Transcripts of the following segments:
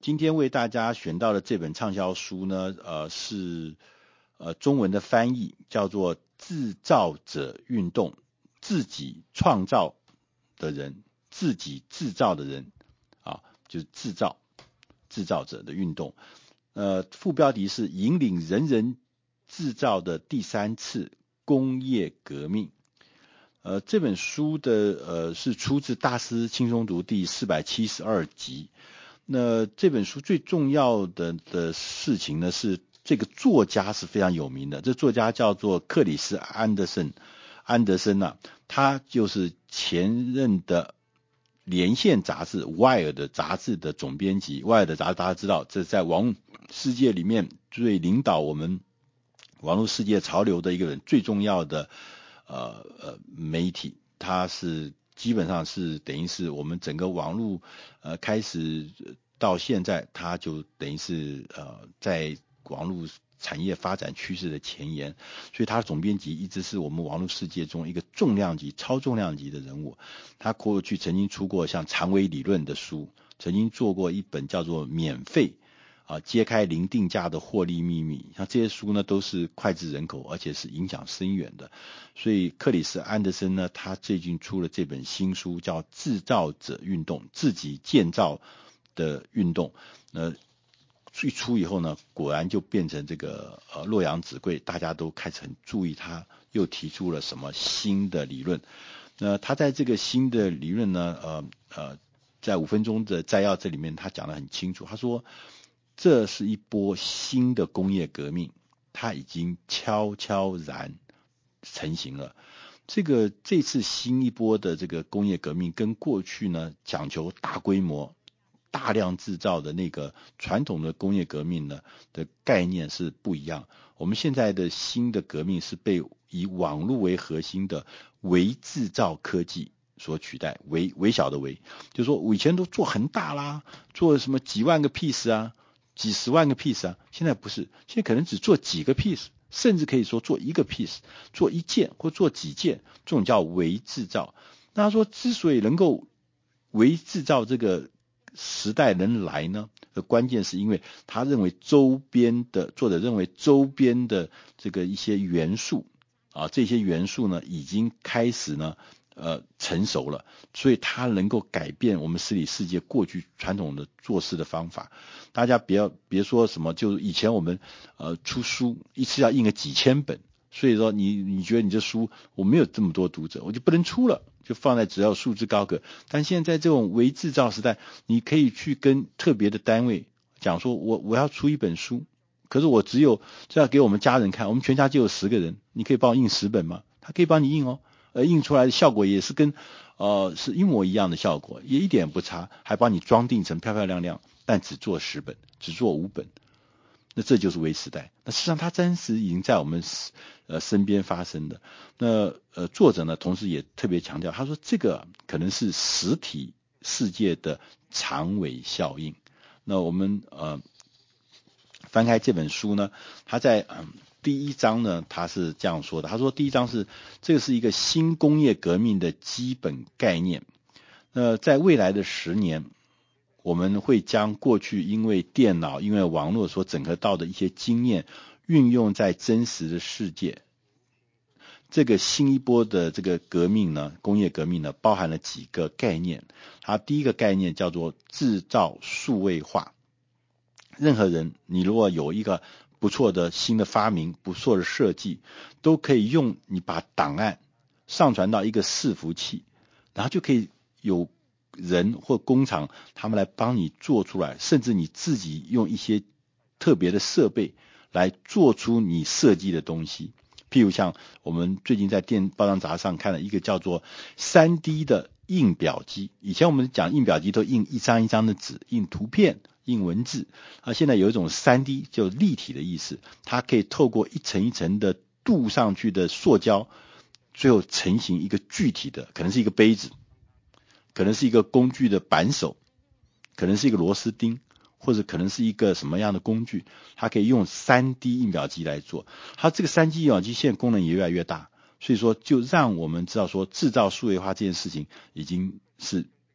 今天为大家选到的这本畅销书呢，是中文的翻译，叫做自造者运动，自己创造的人，自己制造的人啊，就是制造者的运动。副标题是引领人人制造的第三次工业革命。这本书的是出自大师轻松读第472集。那这本书最重要的事情呢，是这个作家是非常有名的，这作家叫做克里斯安德森啊，他就是前任的连线杂志 Wired 杂志的总编辑。Wired 杂志大家知道，这在网络世界里面最领导我们网络世界潮流的一个人，最重要的媒体，他是基本上是等于是我们整个网络开始到现在，它就等于是在网络产业发展趋势的前沿，所以他的总编辑一直是我们网络世界中一个重量级、超重量级的人物。他过去曾经出过像长尾理论的书，曾经做过一本叫做免费揭开零定价的获利秘密，像这些书呢都是脍炙人口，而且是影响深远的。所以克里斯安德森呢，他最近出了这本新书，叫《制造者运动》，自己建造的运动。一出以后呢，果然就变成这个洛阳纸贵，大家都开始很注意他又提出了什么新的理论。他在这个新的理论呢，在5分钟的摘要这里面，他讲得很清楚。他说，这是一波新的工业革命，它已经悄悄然成型了。这次新一波的这个工业革命，跟过去呢讲求大规模、大量制造的那个传统的工业革命呢的概念是不一样。我们现在的新的革命是被以网络为核心的微制造科技所取代，微小的微，就是说我以前都做很大啦，做什么几万个 piece 啊，几十万个 piece 啊，现在不是，现在可能只做几个 piece， 甚至可以说做一个 piece， 做一件或做几件，这种叫微制造。那他说，之所以能够微制造这个时代能来呢，关键是因为他认为作者认为周边的这个一些元素这些元素呢已经开始呢成熟了，所以它能够改变我们实体世界过去传统的做事的方法。大家别说什么，就是以前我们出书一次要印个几千本，所以说你觉得你这书我没有这么多读者，我就不能出了，就放在只要束之高阁。但现在这种微制造时代，你可以去跟特别的单位讲说，我要出一本书，可是我只要给我们家人看，我们全家就有10个人，你可以帮我印10本吗？他可以帮你印哦，印出来的效果也是跟是一模一样的效果，也一点不差，还帮你装订成漂漂亮亮，但只做10本，只做5本。那这就是微时代。那事实上它真实已经在我们身边发生的。那作者呢同时也特别强调，他说这个可能是实体世界的长尾效应。那我们翻开这本书呢，他在第1章呢，他是这样说的，他说第1章是这个是一个新工业革命的基本概念。在未来的10年，我们会将过去因为电脑、因为网络所整合到的一些经验运用在真实的世界。这个新一波的这个革命呢，工业革命呢，包含了几个概念。它第一个概念叫做制造数位化。任何人，你如果有一个不错的新的发明、不错的设计，都可以用你把档案上传到一个伺服器，然后就可以有人或工厂他们来帮你做出来，甚至你自己用一些特别的设备来做出你设计的东西。譬如像我们最近在报章杂志上看了一个叫做 3D 的印表机。以前我们讲印表机都印一张一张的纸，印图片、印文字，现在有一种 3D 就立体的意思，它可以透过一层一层的镀上去的塑胶，最后成型一个具体的，可能是一个杯子，可能是一个工具的扳手，可能是一个螺丝钉，或者可能是一个什么样的工具，它可以用 3D 印表机来做。它这个 3D 印表机现在功能也越来越大，所以说就让我们知道说制造数位化这件事情已经是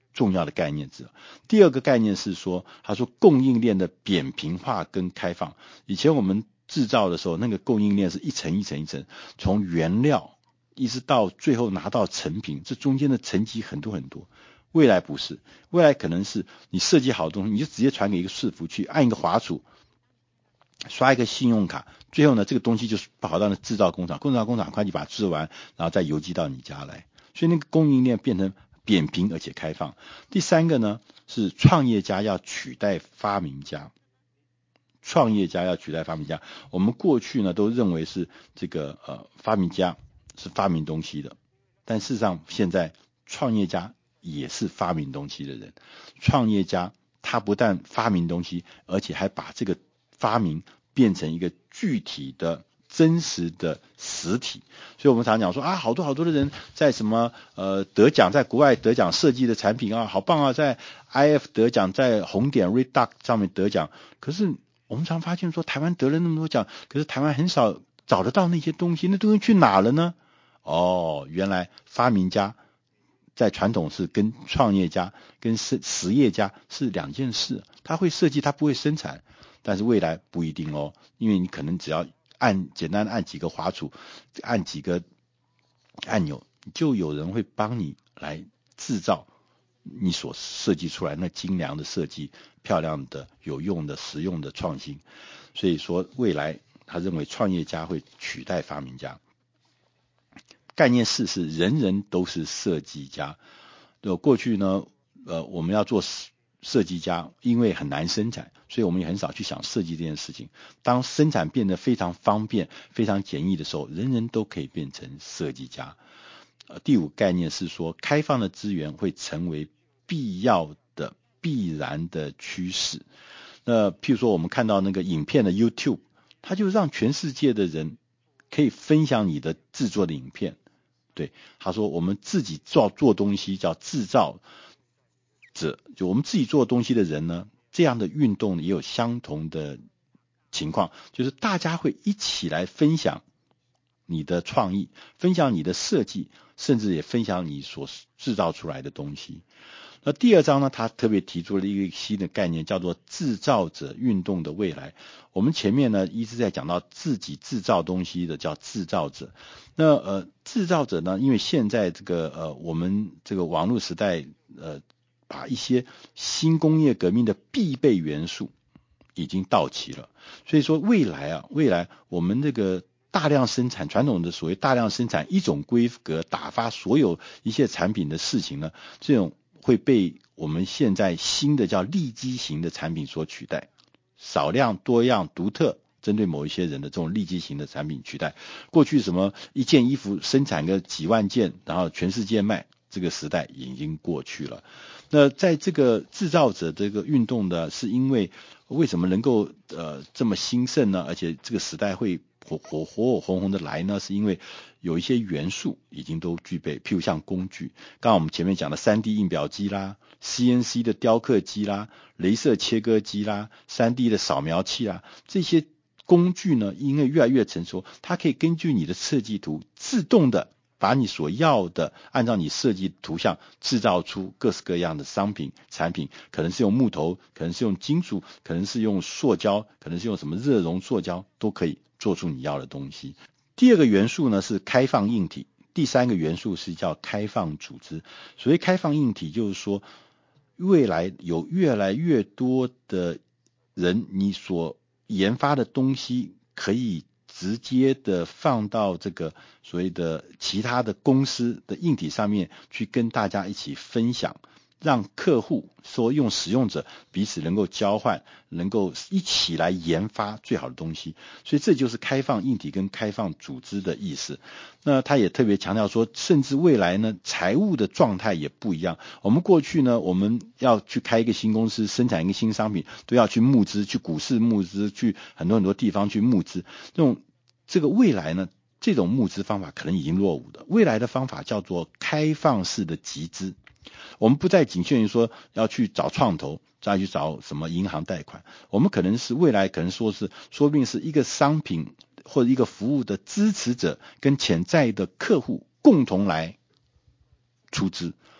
重要的概念之。第二个概念是说，他说供应链的扁平化跟开放。以前我们制造的时候，那个供应链是一层一层一层，从原料一直到最后拿到成品，这中间的层级很多很多。未来不是，未来可能是你设计好的东西，你就直接传给一个伺服去，按一个滑鼠，刷一个信用卡，最后呢，这个东西就是跑到那制造工厂，工厂快递把它制完，然后再邮寄到你家来。所以那个供应链变成扁平而且开放。第三个呢，是创业家要取代发明家。创业家要取代发明家，我们过去呢都认为是这个发明家是发明东西的，但事实上现在创业家也是发明东西的人。创业家他不但发明东西，而且还把这个发明变成一个具体的真实的实体。所以我们常讲说啊，好多的人在什么得奖，在国外得奖设计的产品啊，好棒啊，在 IF 得奖，在红点 Reduct 上面得奖。可是我们常发现说，台湾得了那么多奖，可是台湾很少找得到那些东西，那东西去哪了呢？原来发明家在传统是跟创业家跟实业家是两件事，他会设计，他不会生产。但是未来不一定哦，因为你可能只要简单按几个滑鼠，按几个按钮，就有人会帮你来制造你所设计出来那精良的设计，漂亮的、有用的、实用的创新。所以说未来他认为创业家会取代发明家。概念4是人人都是设计家。过去呢我们要做设计家，因为很难生产，所以我们也很少去想设计这件事情。当生产变得非常方便、非常简易的时候，人人都可以变成设计家。第5概念是说，开放的资源会成为必要的、必然的趋势。那譬如说，我们看到那个影片的 YouTube， 它就让全世界的人可以分享你的制作的影片。对，他说我们自己做东西叫制造者，就我们自己做东西的人呢，这样的运动也有相同的情况，就是大家会一起来分享你的创意，分享你的设计，甚至也分享你所制造出来的东西。那第2章呢，他特别提出了一个新的概念，叫做制造者运动的未来。我们前面呢一直在讲到自己制造东西的叫制造者。那制造者呢，因为现在这个我们这个网络时代把一些新工业革命的必备元素已经到齐了，所以说未来我们这个大量生产，传统的所谓大量生产一种规格打发所有一些产品的事情呢，这种会被我们现在新的叫利基型的产品所取代，少量多样独特针对某一些人的这种利基型的产品取代。过去什么一件衣服生产个几万件，然后全世界卖，这个时代已经过去了。那在这个制造者这个运动呢，是因为为什么能够这么兴盛呢？而且这个时代会火红红的来呢？是因为有一些元素已经都具备，譬如像工具，刚刚我们前面讲的 3D 印表机啦、CNC 的雕刻机啦、雷射切割机啦、3D 的扫描器啦，这些工具呢，因为越来越成熟，它可以根据你的设计图自动的把你所要的按照你设计图像制造出各式各样的商品产品，可能是用木头，可能是用金属，可能是用塑胶，可能是用什么热熔塑胶，都可以做出你要的东西。第2个元素呢是开放硬体，第3个元素是叫开放组织。所谓开放硬体，就是说未来有越来越多的人，你所研发的东西可以直接的放到这个所谓的其他的公司的硬体上面去跟大家一起分享，让客户说用使用者彼此能够交换，能够一起来研发最好的东西。所以这就是开放硬体跟开放组织的意思。那他也特别强调说，甚至未来呢，财务的状态也不一样。我们过去呢，我们要去开一个新公司，生产一个新商品，都要去募资，去股市募资，去很多地方去募资。这个未来呢，这种募资方法可能已经落伍的。未来的方法叫做开放式的集资。我们不再仅限于说要去找创投，再去找什么银行贷款，我们可能是未来可能说不定是一个商品或者一个服务的支持者跟潜在的客户共同来出资。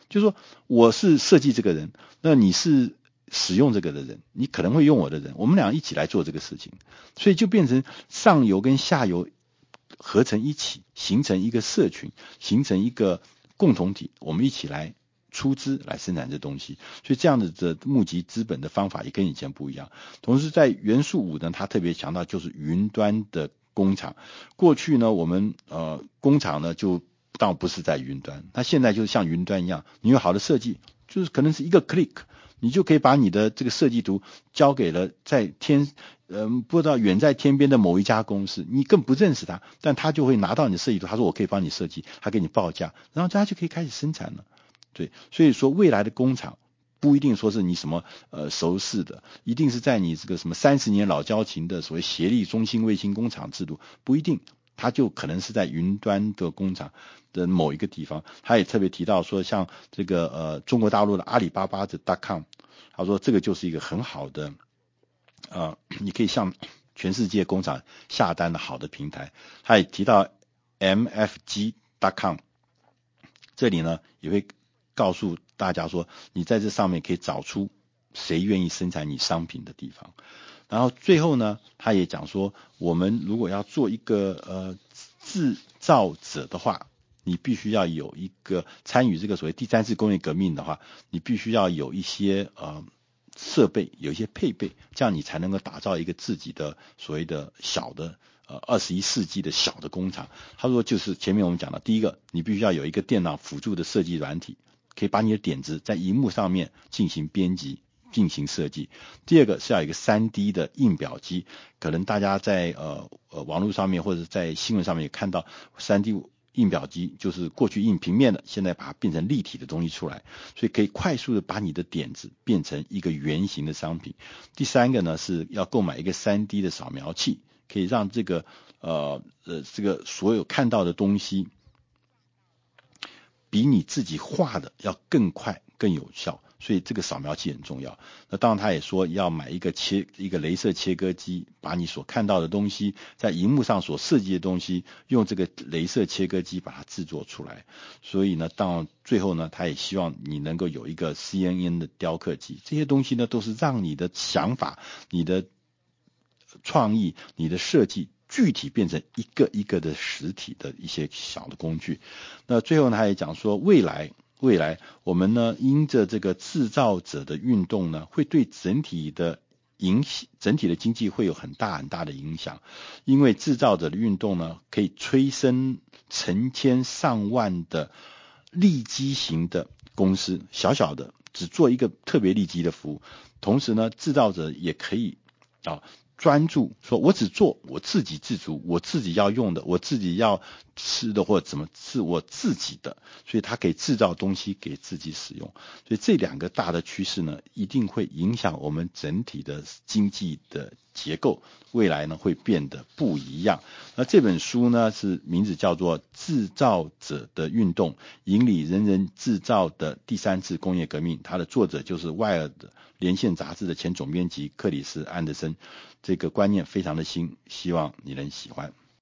就是说我是设计这个人，那你是使用这个的人，你可能会用我的人，我们俩一起来做这个事情，所以就变成上游跟下游合成一起，形成一个社群，形成一个共同体，我们一起来出资来生产这东西，所以这样的募集资本的方法也跟以前不一样。同时在元素5呢，它特别强调就是云端的工厂。过去呢，我们工厂呢就倒不是在云端，它现在就是像云端一样，你有好的设计，就是可能是一个 click， 你就可以把你的这个设计图交给了在不知道远在天边的某一家公司，你更不认识他，但他就会拿到你的设计图，他说我可以帮你设计，他给你报价，然后他就可以开始生产了。对，所以说未来的工厂不一定说是你什么熟识的，一定是在你这个什么30年老交情的所谓协力中心卫星工厂制度，不一定，它就可能是在云端的工厂的某一个地方。他也特别提到说，像这个中国大陆的阿里巴巴的 .com， 他说这个就是一个很好的你可以向全世界工厂下单的好的平台。他也提到 mfg.com， 这里呢也会告诉大家说，你在这上面可以找出谁愿意生产你商品的地方。然后最后呢，他也讲说，我们如果要做一个制造者的话，你必须要有一个参与这个所谓第3次工业革命的话，你必须要有一些设备，有一些配备，这样你才能够打造一个自己的所谓的小的21世纪的小的工厂。他说就是前面我们讲的，第一个，你必须要有一个电脑辅助的设计软体，可以把你的点子在荧幕上面进行编辑进行设计。第二个是要有一个 3D 的印表机，可能大家在网络上面或者在新闻上面也看到 3D 印表机，就是过去印平面的，现在把它变成立体的东西出来，所以可以快速的把你的点子变成一个圆形的商品。第三个呢是要购买一个 3D 的扫描器，可以让这个这个所有看到的东西比你自己画的要更快更有效，所以这个扫描器很重要。那当然他也说要买一个雷射切割机，把你所看到的东西在荧幕上所设计的东西用这个雷射切割机把它制作出来。所以呢到最后呢，他也希望你能够有一个 CNN 的雕刻机，这些东西呢都是让你的想法、你的创意、你的设计具体变成一个一个的实体的一些小的工具。那最后呢，他也讲说未来我们呢因着这个制造者的运动呢，会对整体的经济会有很大的影响，因为制造者的运动呢可以催生成千上万的利基型的公司，小小的只做一个特别利基的服务，同时呢制造者也可以专注说我只做我自给自足，我自己要用的，我自己要吃的或者怎么是我自己的，所以它可以制造东西给自己使用。所以这两个大的趋势呢，一定会影响我们整体的经济的结构，未来呢会变得不一样。那这本书呢是名字叫做《制造者的运动：引领人人制造的第3次工业革命》，它的作者就是外尔的连线杂志的前总编辑克里斯·安德森。这个观念非常的新，希望你能喜欢。